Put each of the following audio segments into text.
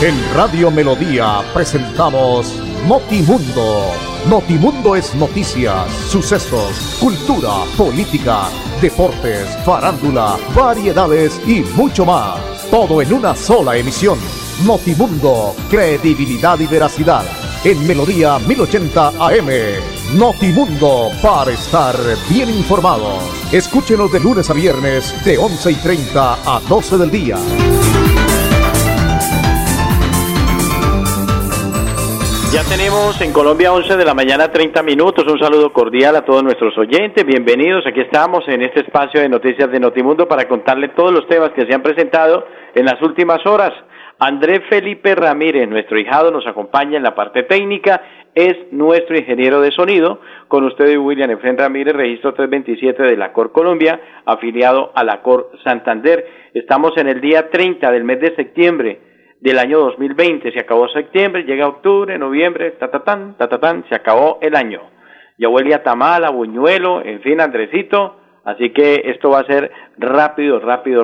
En Radio Melodía presentamos Notimundo. Notimundo es noticias, sucesos, cultura, política, deportes, farándula, variedades y mucho más. Todo en una sola emisión. Notimundo, credibilidad y veracidad. En Melodía 1080 AM. Notimundo, para estar bien informados. Escúchenos de lunes a viernes de 11:30 a 12 del día. Ya tenemos en Colombia 11 de la mañana 30 minutos. Un saludo cordial a todos nuestros oyentes. Bienvenidos. Aquí estamos en este espacio de noticias de Notimundo para contarles todos los temas que se han presentado en las últimas horas. Andrés Felipe Ramírez, nuestro hijado, nos acompaña en la parte técnica. Es nuestro ingeniero de sonido. Con usted, William Efrén Ramírez, registro 327 de la COR Colombia, afiliado a la COR Santander. Estamos en el día 30 del mes de septiembre del año 2020, se acabó septiembre, llega octubre, noviembre, se acabó el año. Ya huele a tamal, a buñuelo, en fin, Andresito, así que esto va a ser rápido.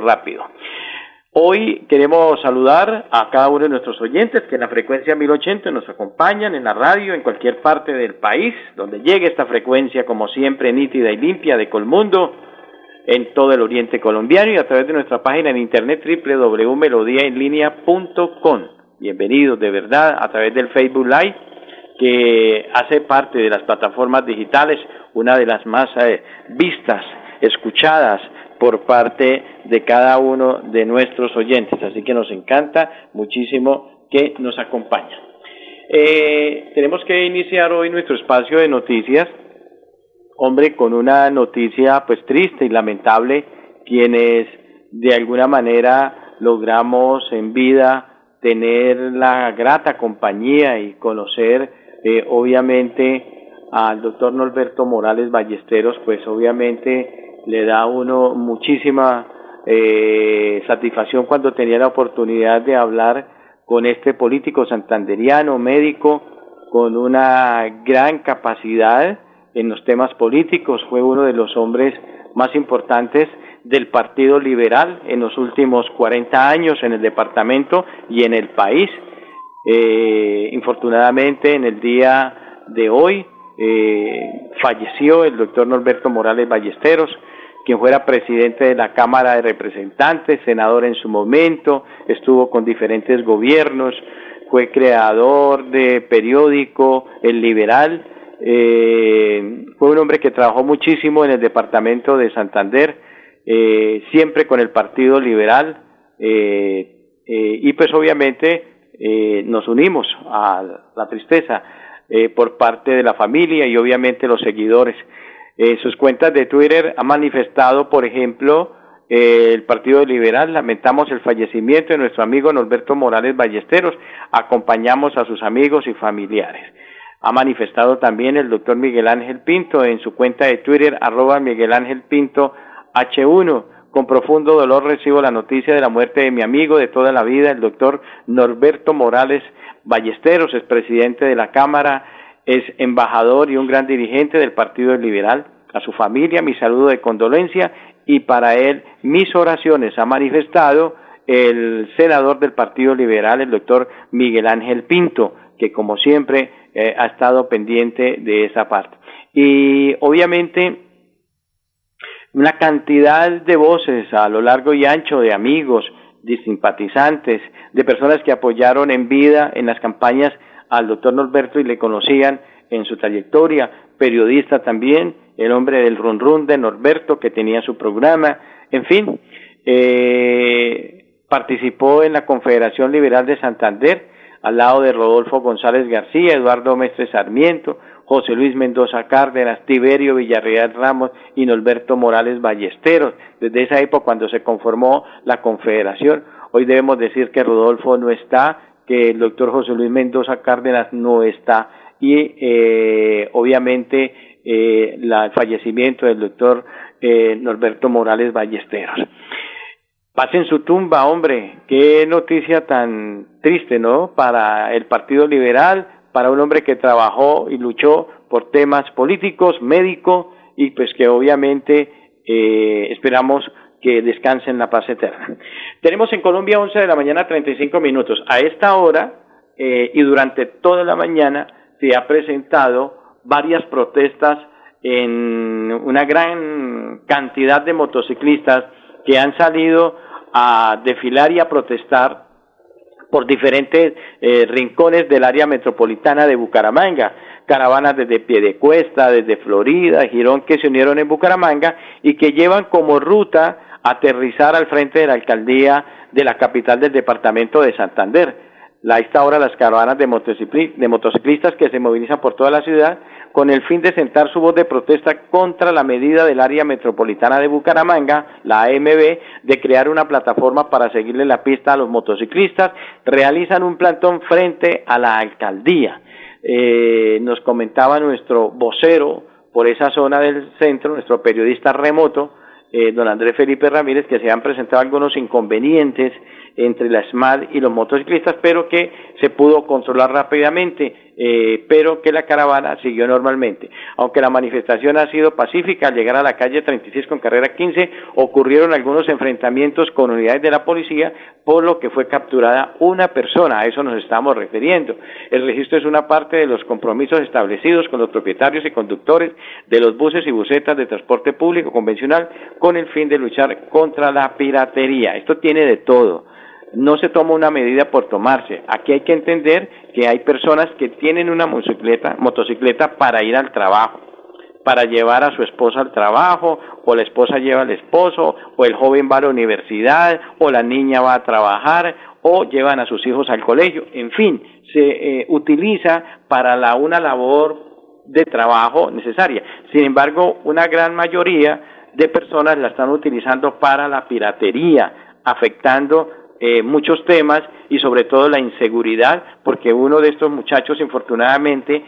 Hoy queremos saludar a cada uno de nuestros oyentes que en la frecuencia 1080 nos acompañan en la radio, en cualquier parte del país, donde llegue esta frecuencia, como siempre, nítida y limpia de Colmundo, en todo el oriente colombiano y a través de nuestra página en internet www.melodiaenlinea.com. Bienvenidos de verdad a través del Facebook Live, que hace parte de las plataformas digitales, una de las más vistas, escuchadas por parte de cada uno de nuestros oyentes, así que nos encanta muchísimo que nos acompañen. Tenemos que iniciar hoy nuestro espacio de noticias, hombre, con una noticia pues triste y lamentable. Quienes de alguna manera logramos en vida tener la grata compañía y conocer obviamente al doctor Norberto Morales Ballesteros, pues obviamente le da a uno muchísima satisfacción cuando tenía la oportunidad de hablar con este político santanderiano, médico, con una gran capacidad en los temas políticos. Fue uno de los hombres más importantes del Partido Liberal en los últimos 40 años en el departamento y en el país. Infortunadamente, en el día de hoy falleció el doctor Norberto Morales Ballesteros, quien fuera presidente de la Cámara de Representantes, senador en su momento, estuvo con diferentes gobiernos, fue creador de periódico El Liberal. Fue un hombre que trabajó muchísimo en el departamento de Santander, siempre con el Partido Liberal, y pues obviamente nos unimos a la tristeza por parte de la familia y obviamente los seguidores. Sus cuentas de Twitter ha manifestado, por ejemplo, el Partido Liberal: lamentamos el fallecimiento de nuestro amigo Norberto Morales Ballesteros, acompañamos a sus amigos y familiares. Ha manifestado también el doctor Miguel Ángel Pinto en su cuenta de Twitter, @MiguelÁngelPintoH1. Con profundo dolor recibo la noticia de la muerte de mi amigo de toda la vida, el doctor Norberto Morales Ballesteros, es presidente de la Cámara, es embajador y un gran dirigente del Partido Liberal. A su familia mi saludo de condolencia y para él mis oraciones, ha manifestado el senador del Partido Liberal, el doctor Miguel Ángel Pinto, que como siempre ha estado pendiente de esa parte. Y obviamente una cantidad de voces a lo largo y ancho, de amigos, de simpatizantes, de personas que apoyaron en vida en las campañas al doctor Norberto y le conocían en su trayectoria, periodista también, el hombre del run run de Norberto, que tenía su programa, en fin, participó en la Confederación Liberal de Santander, al lado de Rodolfo González García, Eduardo Mestre Sarmiento, José Luis Mendoza Cárdenas, Tiberio Villarreal Ramos y Norberto Morales Ballesteros, desde esa época cuando se conformó la Confederación. Hoy debemos decir que Rodolfo no está, que el doctor José Luis Mendoza Cárdenas no está, y obviamente el fallecimiento del doctor Norberto Morales Ballesteros. Paz en su tumba, hombre, qué noticia tan triste, ¿no? Para el Partido Liberal, para un hombre que trabajó y luchó por temas políticos, médico, y pues que obviamente esperamos que descanse en la paz eterna. Tenemos en Colombia 11 de la mañana 35 minutos. A esta hora y durante toda la mañana se ha presentado varias protestas en una gran cantidad de motociclistas que han salido a desfilar y a protestar por diferentes rincones del área metropolitana de Bucaramanga. Caravanas desde Piedecuesta, desde Florida, Girón, que se unieron en Bucaramanga y que llevan como ruta aterrizar al frente de la alcaldía de la capital del departamento de Santander. A esta hora las caravanas de motociclistas que se movilizan por toda la ciudad con el fin de sentar su voz de protesta contra la medida del área metropolitana de Bucaramanga, la AMB, de crear una plataforma para seguirle la pista a los motociclistas. Realizan un plantón frente a la alcaldía. Nos comentaba nuestro vocero por esa zona del centro, nuestro periodista remoto, don Andrés Felipe Ramírez, que se han presentado algunos inconvenientes entre la SMAD y los motociclistas, pero que se pudo controlar rápidamente, pero que la caravana siguió normalmente. Aunque la manifestación ha sido pacífica, al llegar a la calle 36 con carrera 15, ocurrieron algunos enfrentamientos con unidades de la policía, por lo que fue capturada una persona. A eso nos estamos refiriendo. El registro es una parte de los compromisos establecidos con los propietarios y conductores de los buses y busetas de transporte público convencional con el fin de luchar contra la piratería. Esto tiene de todo. No se toma una medida por tomarse. Aquí hay que entender que hay personas que tienen una motocicleta para ir al trabajo, para llevar a su esposa al trabajo, o la esposa lleva al esposo, o el joven va a la universidad, o la niña va a trabajar, o llevan a sus hijos al colegio. En fin, se utiliza para una labor de trabajo necesaria. Sin embargo, una gran mayoría de personas la están utilizando para la piratería, afectando muchos temas y sobre todo la inseguridad, porque uno de estos muchachos infortunadamente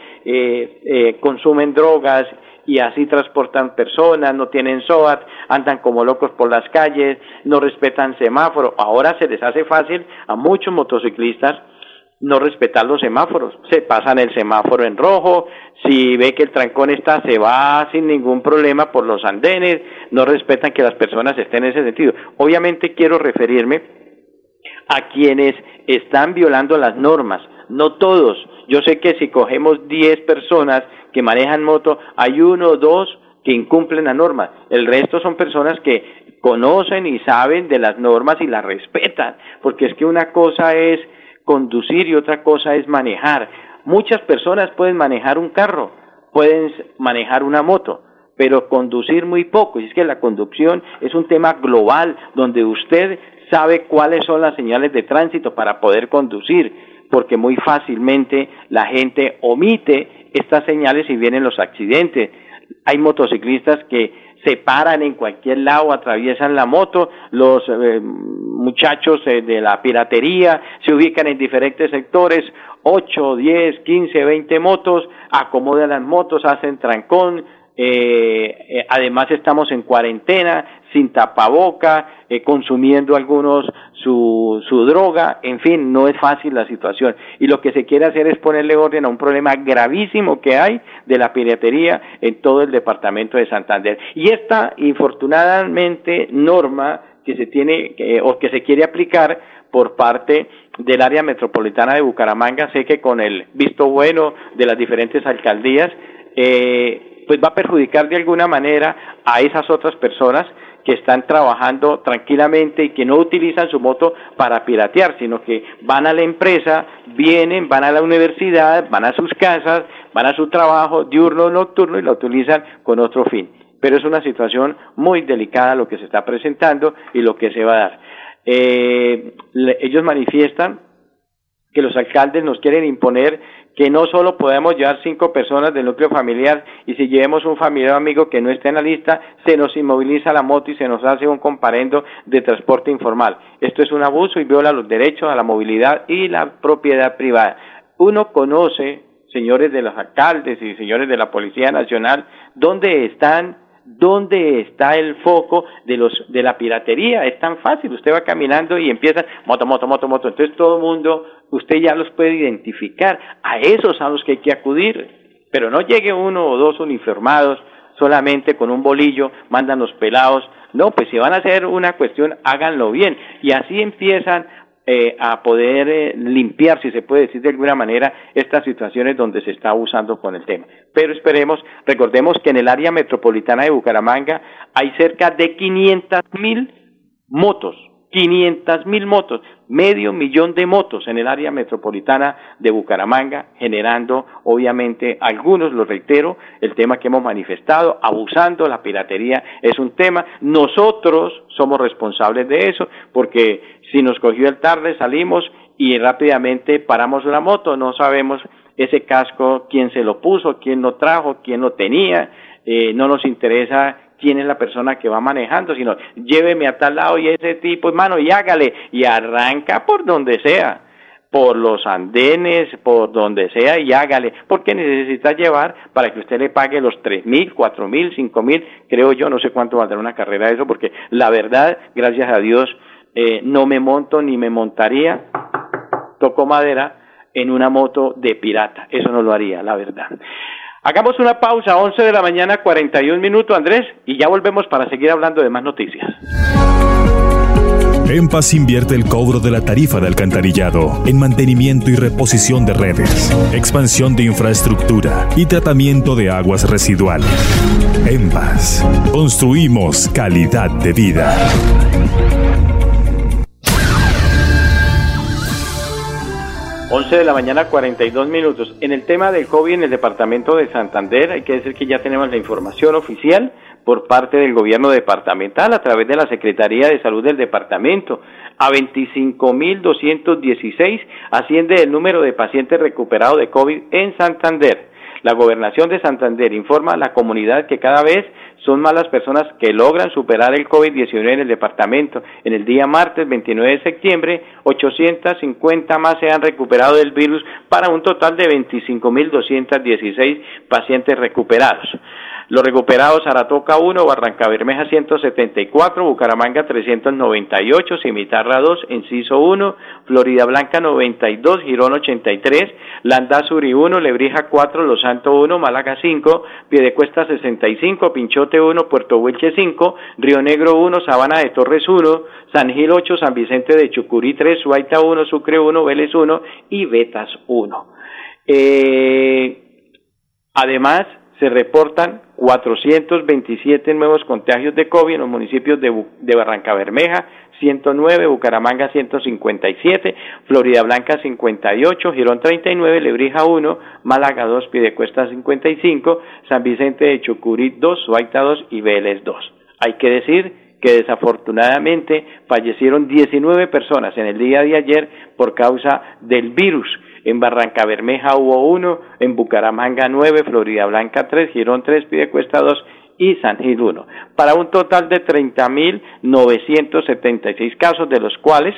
consumen drogas y así transportan personas, no tienen SOAT, andan como locos por las calles, no respetan semáforos. Ahora se les hace fácil a muchos motociclistas no respetar los semáforos, se pasan el semáforo en rojo, si ve que el trancón está, se va sin ningún problema por los andenes, no respetan que las personas estén en ese sentido. Obviamente quiero referirme a quienes están violando las normas, no todos. Yo sé que si cogemos 10 personas que manejan moto, hay 1 o 2 que incumplen la norma, el resto son personas que conocen y saben de las normas y las respetan, porque es que una cosa es conducir y otra cosa es manejar. Muchas personas pueden manejar un carro, pueden manejar una moto, pero conducir muy poco. Y es que la conducción es un tema global donde usted sabe cuáles son las señales de tránsito para poder conducir, porque muy fácilmente la gente omite estas señales y vienen los accidentes. Hay motociclistas que se paran en cualquier lado, atraviesan la moto, los muchachos de la piratería se ubican en diferentes sectores, 8, 10, 15, 20 motos, acomodan las motos, hacen trancón, además estamos en cuarentena, sin tapaboca, consumiendo algunos su droga, en fin, no es fácil la situación, y lo que se quiere hacer es ponerle orden a un problema gravísimo que hay de la piratería en todo el departamento de Santander. Y esta, infortunadamente, norma que se tiene o que se quiere aplicar por parte del área metropolitana de Bucaramanga, sé que con el visto bueno de las diferentes alcaldías, pues va a perjudicar de alguna manera a esas otras personas que están trabajando tranquilamente y que no utilizan su moto para piratear, sino que van a la empresa, vienen, van a la universidad, van a sus casas, van a su trabajo diurno o nocturno y la utilizan con otro fin. Pero es una situación muy delicada lo que se está presentando y lo que se va a dar. Ellos manifiestan que los alcaldes nos quieren imponer que no solo podemos llevar 5 personas del núcleo familiar y si llevemos un familiar o amigo que no esté en la lista, se nos inmoviliza la moto y se nos hace un comparendo de transporte informal. Esto es un abuso y viola los derechos a la movilidad y la propiedad privada. Uno conoce, señores de los alcaldes y señores de la Policía Nacional, ¿dónde está el foco de la piratería? Es tan fácil, usted va caminando y empieza moto, entonces todo el mundo, usted ya los puede identificar, a esos a los que hay que acudir, pero no llegue 1 o 2 uniformados solamente con un bolillo, mandan los pelados No, pues si van a hacer una cuestión, háganlo bien. Y así empiezan a poder limpiar, si se puede decir de alguna manera, estas situaciones donde se está abusando con el tema. Pero recordemos que en el área metropolitana de Bucaramanga hay cerca de 500.000 motos, 500.000 motos, 500.000 de motos en el área metropolitana de Bucaramanga, generando, obviamente, algunos, lo reitero, el tema que hemos manifestado, abusando, la piratería es un tema, nosotros somos responsables de eso, porque si nos cogió el tarde, salimos y rápidamente paramos una moto, no sabemos ese casco, quién se lo puso, quién lo trajo, quién lo tenía, no nos interesa quién es la persona que va manejando, sino lléveme a tal lado y ese tipo, hermano, y hágale, y arranca por donde sea, por los andenes, por donde sea, y hágale, porque necesita llevar para que usted le pague los 3.000, 4.000, 5.000, creo yo, no sé cuánto valdrá una carrera de eso, porque la verdad, gracias a Dios, no me monto ni me montaría, toco madera, en una moto de pirata, eso no lo haría, la verdad. Hagamos una pausa, 11 de la mañana, 41 minutos, Andrés, y ya volvemos para seguir hablando de más noticias. EMPAS invierte el cobro de la tarifa de alcantarillado en mantenimiento y reposición de redes, expansión de infraestructura y tratamiento de aguas residuales. EMPAS. Construimos calidad de vida. 11 de la mañana, 42 minutos. En el tema del COVID en el departamento de Santander, hay que decir que ya tenemos la información oficial por parte del gobierno departamental a través de la Secretaría de Salud del departamento. A 25.216 asciende el número de pacientes recuperados de COVID en Santander. La Gobernación de Santander informa a la comunidad que cada vez son más las personas que logran superar el COVID-19 en el departamento. En el día martes 29 de septiembre, 850 más se han recuperado del virus para un total de 25.216 pacientes recuperados. Los recuperados: Aratoca 1, Barrancabermeja 174, Bucaramanga 398, Cimitarra 2, Enciso 1, Florida Blanca 92, Girón 83, Landazuri 1, Lebrija 4, Los Santos 1, Málaga 5, Piedecuesta 65, Pinchote 1, Puerto Wilche 5, Río Negro 1, Sabana de Torres 1, San Gil 8, San Vicente de Chucurí 3, Suaita 1, Sucre 1, Vélez 1 y Betas 1. Además, se reportan 427 nuevos contagios de COVID en los municipios de Barrancabermeja 109, Bucaramanga 157, Florida Blanca 58, Girón 39, Lebrija 1, Málaga 2, Piedecuesta 55, San Vicente de Chucurí 2, Suaita 2 y Vélez 2. Hay que decir que desafortunadamente fallecieron 19 personas en el día de ayer por causa del virus. En Barrancabermeja hubo 1, en Bucaramanga 9, Florida Blanca 3, Girón 3, Piedecuesta 2 y San Gil 1, para un total de 30.976 casos, de los cuales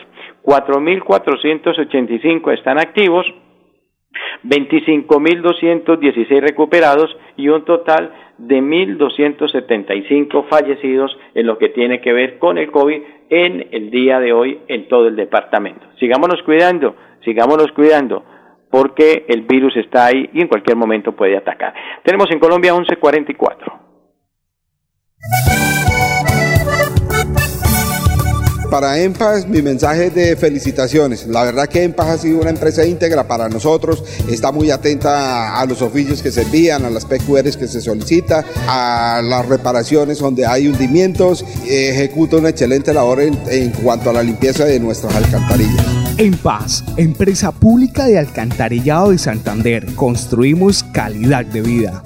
4.485 están activos, 25.216 recuperados y un total de 1.275 fallecidos en lo que tiene que ver con el COVID en el día de hoy en todo el departamento. Sigámonos cuidando, porque el virus está ahí y en cualquier momento puede atacar. Tenemos en Colombia 11:44. Para EMPAS, mi mensaje es de felicitaciones. La verdad que EMPAS ha sido una empresa íntegra para nosotros, está muy atenta a los oficios que se envían, a las PQRs que se solicita, a las reparaciones donde hay hundimientos, ejecuta una excelente labor en cuanto a la limpieza de nuestras alcantarillas. EMPAS, empresa pública de alcantarillado de Santander, construimos calidad de vida.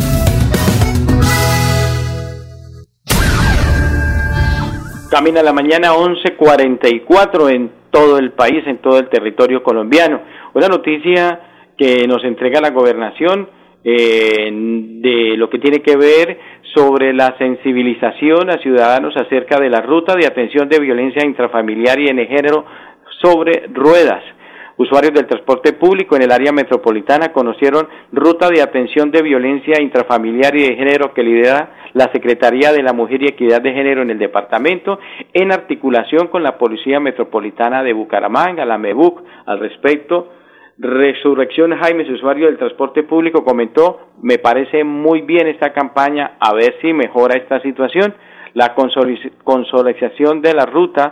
Camina la mañana 11:44 en todo el país, en todo el territorio colombiano. Una noticia que nos entrega la gobernación de lo que tiene que ver sobre la sensibilización a ciudadanos acerca de la ruta de atención de violencia intrafamiliar y de género sobre ruedas. Usuarios del transporte público en el área metropolitana conocieron ruta de atención de violencia intrafamiliar y de género que lidera la Secretaría de la Mujer y Equidad de Género en el departamento, en articulación con la Policía Metropolitana de Bucaramanga, la MEBUC. Al respecto, Resurrección Jaimes, usuario del transporte público, comentó: me parece muy bien esta campaña, a ver si mejora esta situación. La consolidación de la ruta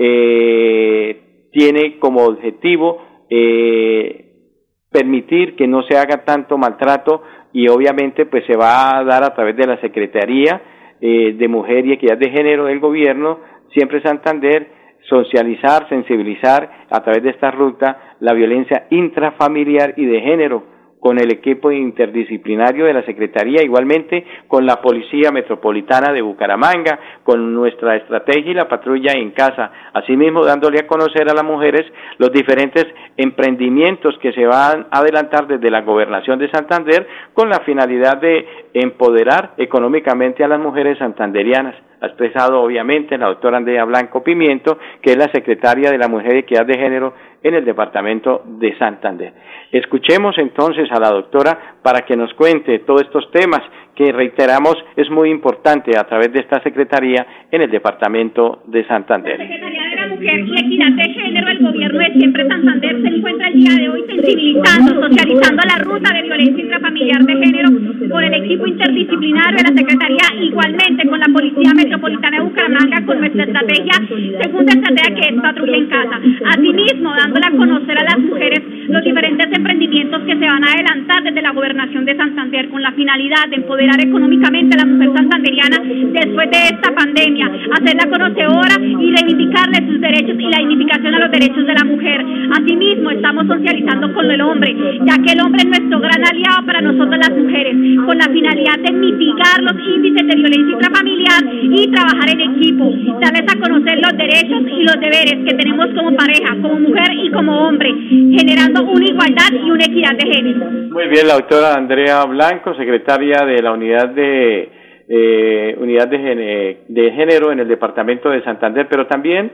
tiene como objetivo permitir que no se haga tanto maltrato, y obviamente pues se va a dar a través de la Secretaría de Mujer y Equidad de Género del Gobierno, siempre Santander, socializar, sensibilizar a través de esta ruta la violencia intrafamiliar y de género, con el equipo interdisciplinario de la Secretaría, igualmente con la Policía Metropolitana de Bucaramanga, con nuestra estrategia y la patrulla en casa, asimismo dándole a conocer a las mujeres los diferentes emprendimientos que se van a adelantar desde la Gobernación de Santander, con la finalidad de empoderar económicamente a las mujeres santanderianas. Ha expresado obviamente la doctora Andrea Blanco Pimiento, que es la secretaria de la Mujer y Equidad de Género en el departamento de Santander. Escuchemos entonces a la doctora para que nos cuente todos estos temas que, reiteramos, es muy importante a través de esta secretaría en el departamento de Santander. La Secretaría de la Mujer y Equidad de Género del Gobierno de Siempre Santander se encuentra el día de hoy sensibilizando, socializando la ruta de violencia intrafamiliar de género con el equipo interdisciplinario de la Secretaría, igualmente con la Policía Metropolitana de Bucaramanga, con nuestra estrategia, segunda estrategia, que es Patrulla en Casa. Asimismo, dándole a conocer a las mujeres los diferentes emprendimientos que se van a adelantar desde la Gobernación de Santander, con la finalidad de empoderar económicamente a la mujer santanderiana después de esta pandemia, hacerla conocedora y reivindicarle sus derechos y la dignificación a los derechos de la mujer. Asimismo, estamos socializando con el hombre, ya que el hombre es nuestro gran aliado para nosotros las mujeres, con la finalidad de mitigar los índices de violencia intrafamiliar y trabajar en equipo, darles a conocer los derechos y los deberes que tenemos como pareja, como mujer y como hombre, generando una igualdad y una equidad de género. Muy bien, la doctora Andrea Blanco, secretaria de la Unidad de Género en el departamento de Santander, pero también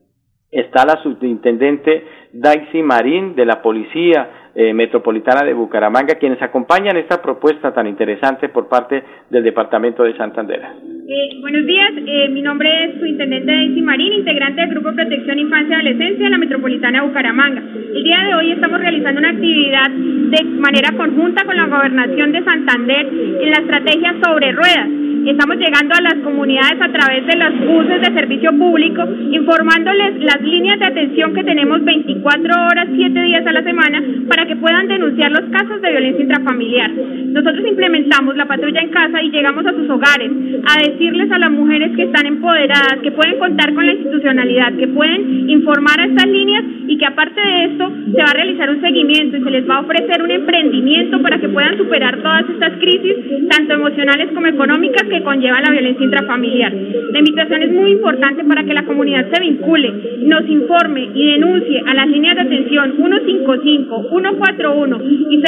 está la subintendente Daisy Marín de la Policía Metropolitana de Bucaramanga, quienes acompañan esta propuesta tan interesante por parte del departamento de Santander. Buenos días, mi nombre es subintendente Daisy Marín, integrante del Grupo Protección Infancia y Adolescencia de la Metropolitana de Bucaramanga. El día de hoy estamos realizando una actividad de manera conjunta con la Gobernación de Santander en la estrategia sobre ruedas. Estamos llegando a las comunidades a través de los buses de servicio público, informándoles las líneas de atención que tenemos 24 horas, 7 días a la semana, para que puedan denunciar los casos de violencia intrafamiliar. Nosotros implementamos la patrulla en casa y llegamos a sus hogares a decirles a las mujeres que están empoderadas, que pueden contar con la institucionalidad, que pueden informar a estas líneas, y que aparte de esto se va a realizar un seguimiento y se les va a ofrecer un emprendimiento para que puedan superar todas estas crisis, tanto emocionales como económicas, que conlleva la violencia intrafamiliar. La invitación es muy importante para que la comunidad se vincule, nos informe y denuncie a las líneas de atención 155, 141 y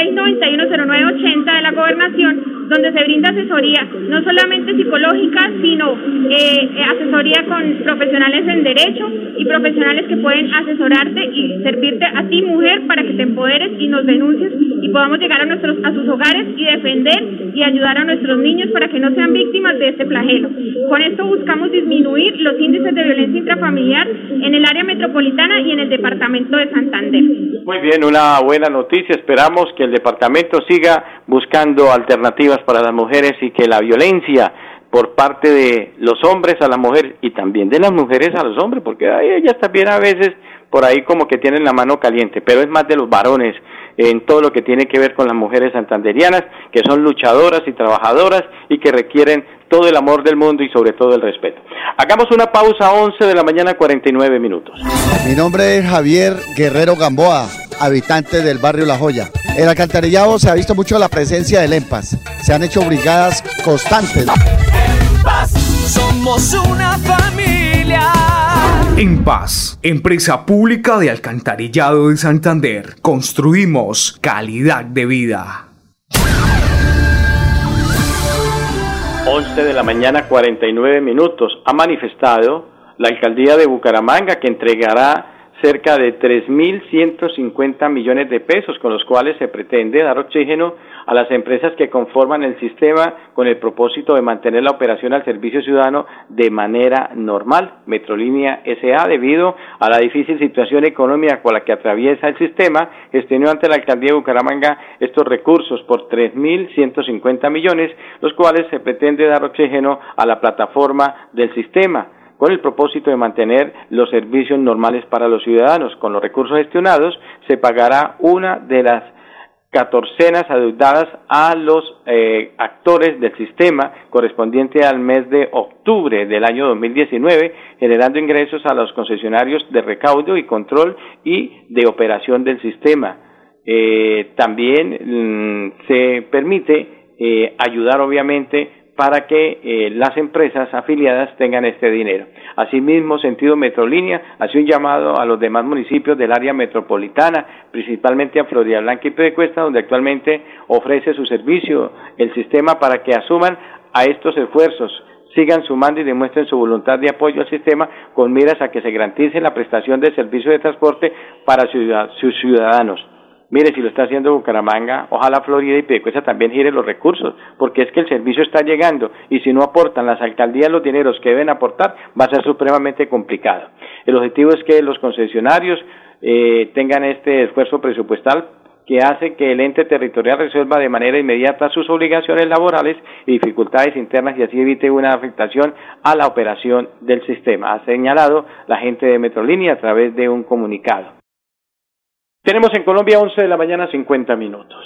691-0980 de la Gobernación, donde se brinda asesoría no solamente psicológica, sino asesoría con profesionales en derecho y profesionales que pueden asesorarte y servirte a ti, mujer, para que te empoderes y nos denuncies y podamos llegar a sus hogares y defender y ayudar a nuestros niños para que no sean víctimas de este flagelo. Con esto buscamos disminuir los índices de violencia intrafamiliar en el área metropolitana y en el departamento de Santander. Muy bien, una buena noticia. Esperamos que el departamento siga buscando alternativas para las mujeres y que la violencia por parte de los hombres a las mujeres y también de las mujeres a los hombres, porque ellas también a veces por ahí como que tienen la mano caliente, pero es más de los varones en todo lo que tiene que ver con las mujeres santanderianas, que son luchadoras y trabajadoras y que requieren todo el amor del mundo y sobre todo el respeto. Hagamos una pausa, 11 de la mañana, 49 minutos. Mi nombre es Javier Guerrero Gamboa, habitante del barrio La Joya. En el alcantarillado se ha visto mucho la presencia del EMPAS. Se han hecho brigadas constantes. EMPAS, somos una familia. EMPAS, empresa pública de alcantarillado de Santander. Construimos calidad de vida. 11 de la mañana, 49 minutos. Ha manifestado la alcaldía de Bucaramanga que entregará cerca de 3.150 millones de pesos, con los cuales se pretende dar oxígeno a las empresas que conforman el sistema con el propósito de mantener la operación al servicio ciudadano de manera normal. Metrolínea S.A., debido a la difícil situación económica con la que atraviesa el sistema, gestionó ante la Alcaldía de Bucaramanga estos recursos por 3.150 millones, los cuales se pretende dar oxígeno a la plataforma del sistema, con el propósito de mantener los servicios normales para los ciudadanos. Con los recursos gestionados se pagará una de las 14 adeudadas a los actores del sistema correspondiente al mes de octubre del año 2019, generando ingresos a los concesionarios de recaudo y control y de operación del sistema. También se permite ayudar, obviamente, para que las empresas afiliadas tengan este dinero. Asimismo, Sentido Metrolínea hace un llamado a los demás municipios del área metropolitana, principalmente a Floridablanca y Piedecuesta, donde actualmente ofrece su servicio el sistema, para que asuman a estos esfuerzos, sigan sumando y demuestren su voluntad de apoyo al sistema con miras a que se garantice la prestación de servicio de transporte para sus ciudadanos. Mire, si lo está haciendo Bucaramanga, ojalá Florida y Piedecuesta también gire los recursos, porque es que el servicio está llegando, y si no aportan las alcaldías los dineros que deben aportar, va a ser supremamente complicado. El objetivo es que los concesionarios tengan este esfuerzo presupuestal que hace que el ente territorial resuelva de manera inmediata sus obligaciones laborales y dificultades internas, y así evite una afectación a la operación del sistema, ha señalado la gente de Metrolínea a través de un comunicado. Tenemos en Colombia 11 de la mañana, 50 minutos.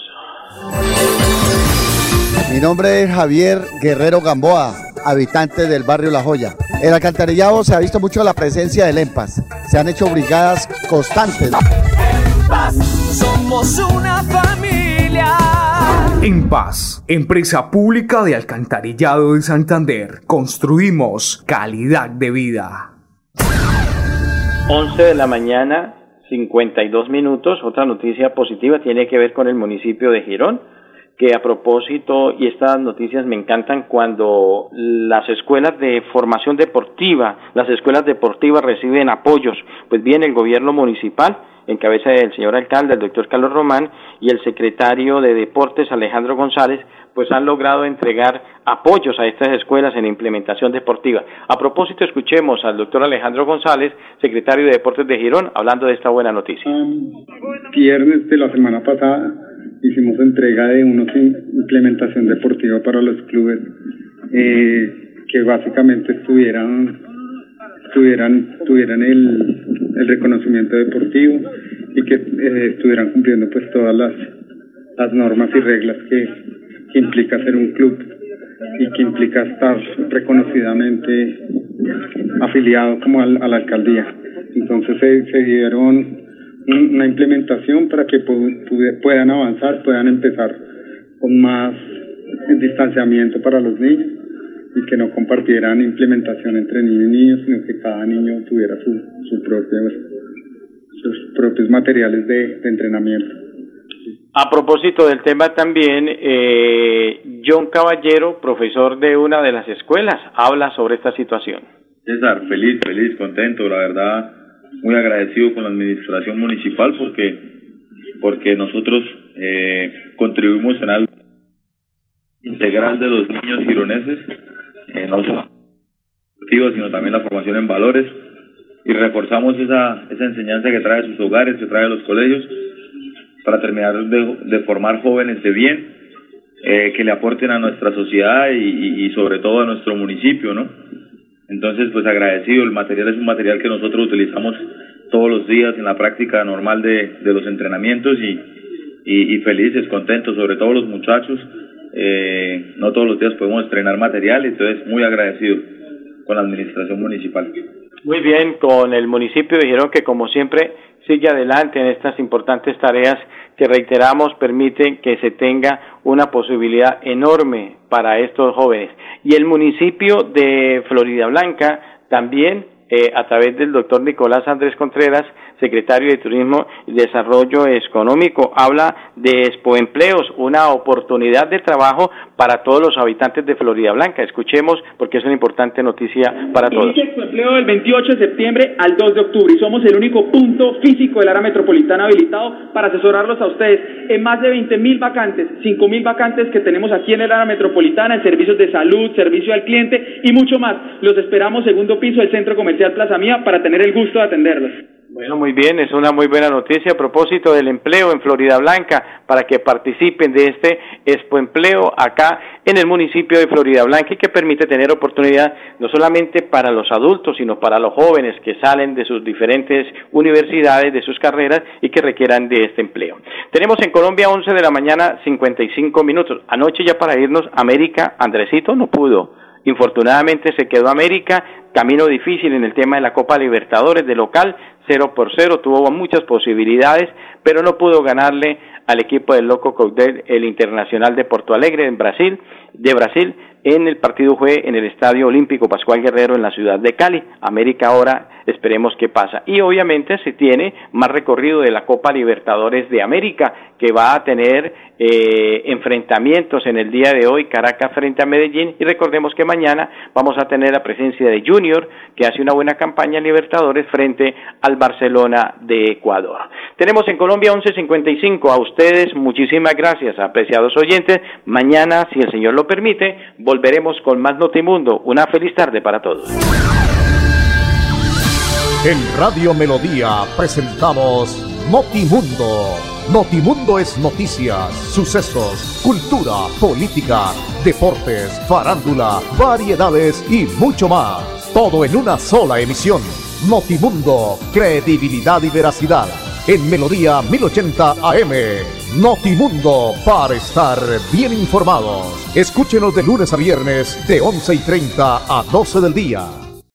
Mi nombre es Javier Guerrero Gamboa, habitante del barrio La Joya. En el alcantarillado se ha visto mucho la presencia del EMPAS. Se han hecho brigadas constantes. EMPAS, somos una familia. EMPAS, empresa pública de alcantarillado de Santander. Construimos calidad de vida. 11 de la mañana, 52 minutos. Otra noticia positiva tiene que ver con el municipio de Girón, que a propósito, y estas noticias me encantan, cuando las escuelas de formación deportiva, las escuelas deportivas reciben apoyos, pues bien, el gobierno municipal, en cabeza del señor alcalde, el doctor Carlos Román, y el secretario de Deportes, Alejandro González, pues han logrado entregar apoyos a estas escuelas en implementación deportiva. A propósito, escuchemos al doctor Alejandro González, secretario de Deportes de Girón, hablando de esta buena noticia. Viernes de la semana pasada hicimos entrega de unos implementación deportiva para los clubes que básicamente tuvieran el reconocimiento deportivo y que estuvieran cumpliendo pues todas las normas y reglas que implica ser un club y que implica estar reconocidamente afiliado como a la alcaldía. Entonces se dieron una implementación para que puedan avanzar, puedan empezar con más distanciamiento para los niños y que no compartieran implementación entre niños y niños, sino que cada niño tuviera sus propios materiales de entrenamiento. A propósito del tema también, John Caballero, profesor de una de las escuelas, habla sobre esta situación. César, feliz, contento, la verdad, muy agradecido con la administración municipal porque nosotros contribuimos en algo integral de los niños gironeses, no solo deportivos, sino también la formación en valores, y reforzamos esa enseñanza que trae sus hogares, que trae los colegios, para terminar de formar jóvenes de bien, que le aporten a nuestra sociedad y sobre todo a nuestro municipio, ¿no? Entonces, pues agradecido. El material es un material que nosotros utilizamos todos los días en la práctica normal de los entrenamientos y felices, contentos, sobre todo los muchachos. No todos los días podemos estrenar material, entonces muy agradecido con la administración municipal. Muy bien, con el municipio de Girón, que como siempre sigue adelante en estas importantes tareas que, reiteramos, permiten que se tenga una posibilidad enorme para estos jóvenes. Y el municipio de Floridablanca también, a través del doctor Nicolás Andrés Contreras, secretario de Turismo y Desarrollo Económico, habla de Expoempleos, una oportunidad de trabajo para todos los habitantes de Florida Blanca. Escuchemos porque es una importante noticia para todos. Inicia Expoempleo del 28 de septiembre al 2 de octubre y somos el único punto físico del área metropolitana habilitado para asesorarlos a ustedes en más de 20.000 vacantes, 5.000 vacantes que tenemos aquí en el área metropolitana, en servicios de salud, servicio al cliente y mucho más. Los esperamos segundo piso del Centro Comercial Plaza Mía para tener el gusto de atenderlos. Bueno, muy bien, es una muy buena noticia a propósito del empleo en Florida Blanca, para que participen de este Expoempleo acá en el municipio de Florida Blanca y que permite tener oportunidad no solamente para los adultos, sino para los jóvenes que salen de sus diferentes universidades, de sus carreras y que requieran de este empleo. Tenemos en Colombia 11 de la mañana, 55 minutos. Anoche ya para irnos, América, Andresito no pudo. Infortunadamente se quedó América, camino difícil en el tema de la Copa Libertadores de local, 0-0, tuvo muchas posibilidades, pero no pudo ganarle al equipo del Loco Coudet, el Internacional de Porto Alegre de Brasil, en el partido fue en el Estadio Olímpico Pascual Guerrero en la ciudad de Cali. América ahora esperemos qué pasa. Y obviamente se tiene más recorrido de la Copa Libertadores de América, que va a tener enfrentamientos en el día de hoy, Caracas frente a Medellín, y recordemos que mañana vamos a tener la presencia de Junior, que hace una buena campaña en Libertadores frente al Barcelona de Ecuador. Tenemos en Colombia 11:55, a ustedes muchísimas gracias, apreciados oyentes. Mañana, si el Señor lo permite, volveremos con más Notimundo. Una feliz tarde para todos. En Radio Melodía presentamos Notimundo. Notimundo es noticias, sucesos, cultura, política, deportes, farándula, variedades y mucho más. Todo en una sola emisión. Notimundo, credibilidad y veracidad. En Melodía 1080 AM. Notimundo, para estar bien informados. Escúchenos de lunes a viernes de 11:30 a 12 del día.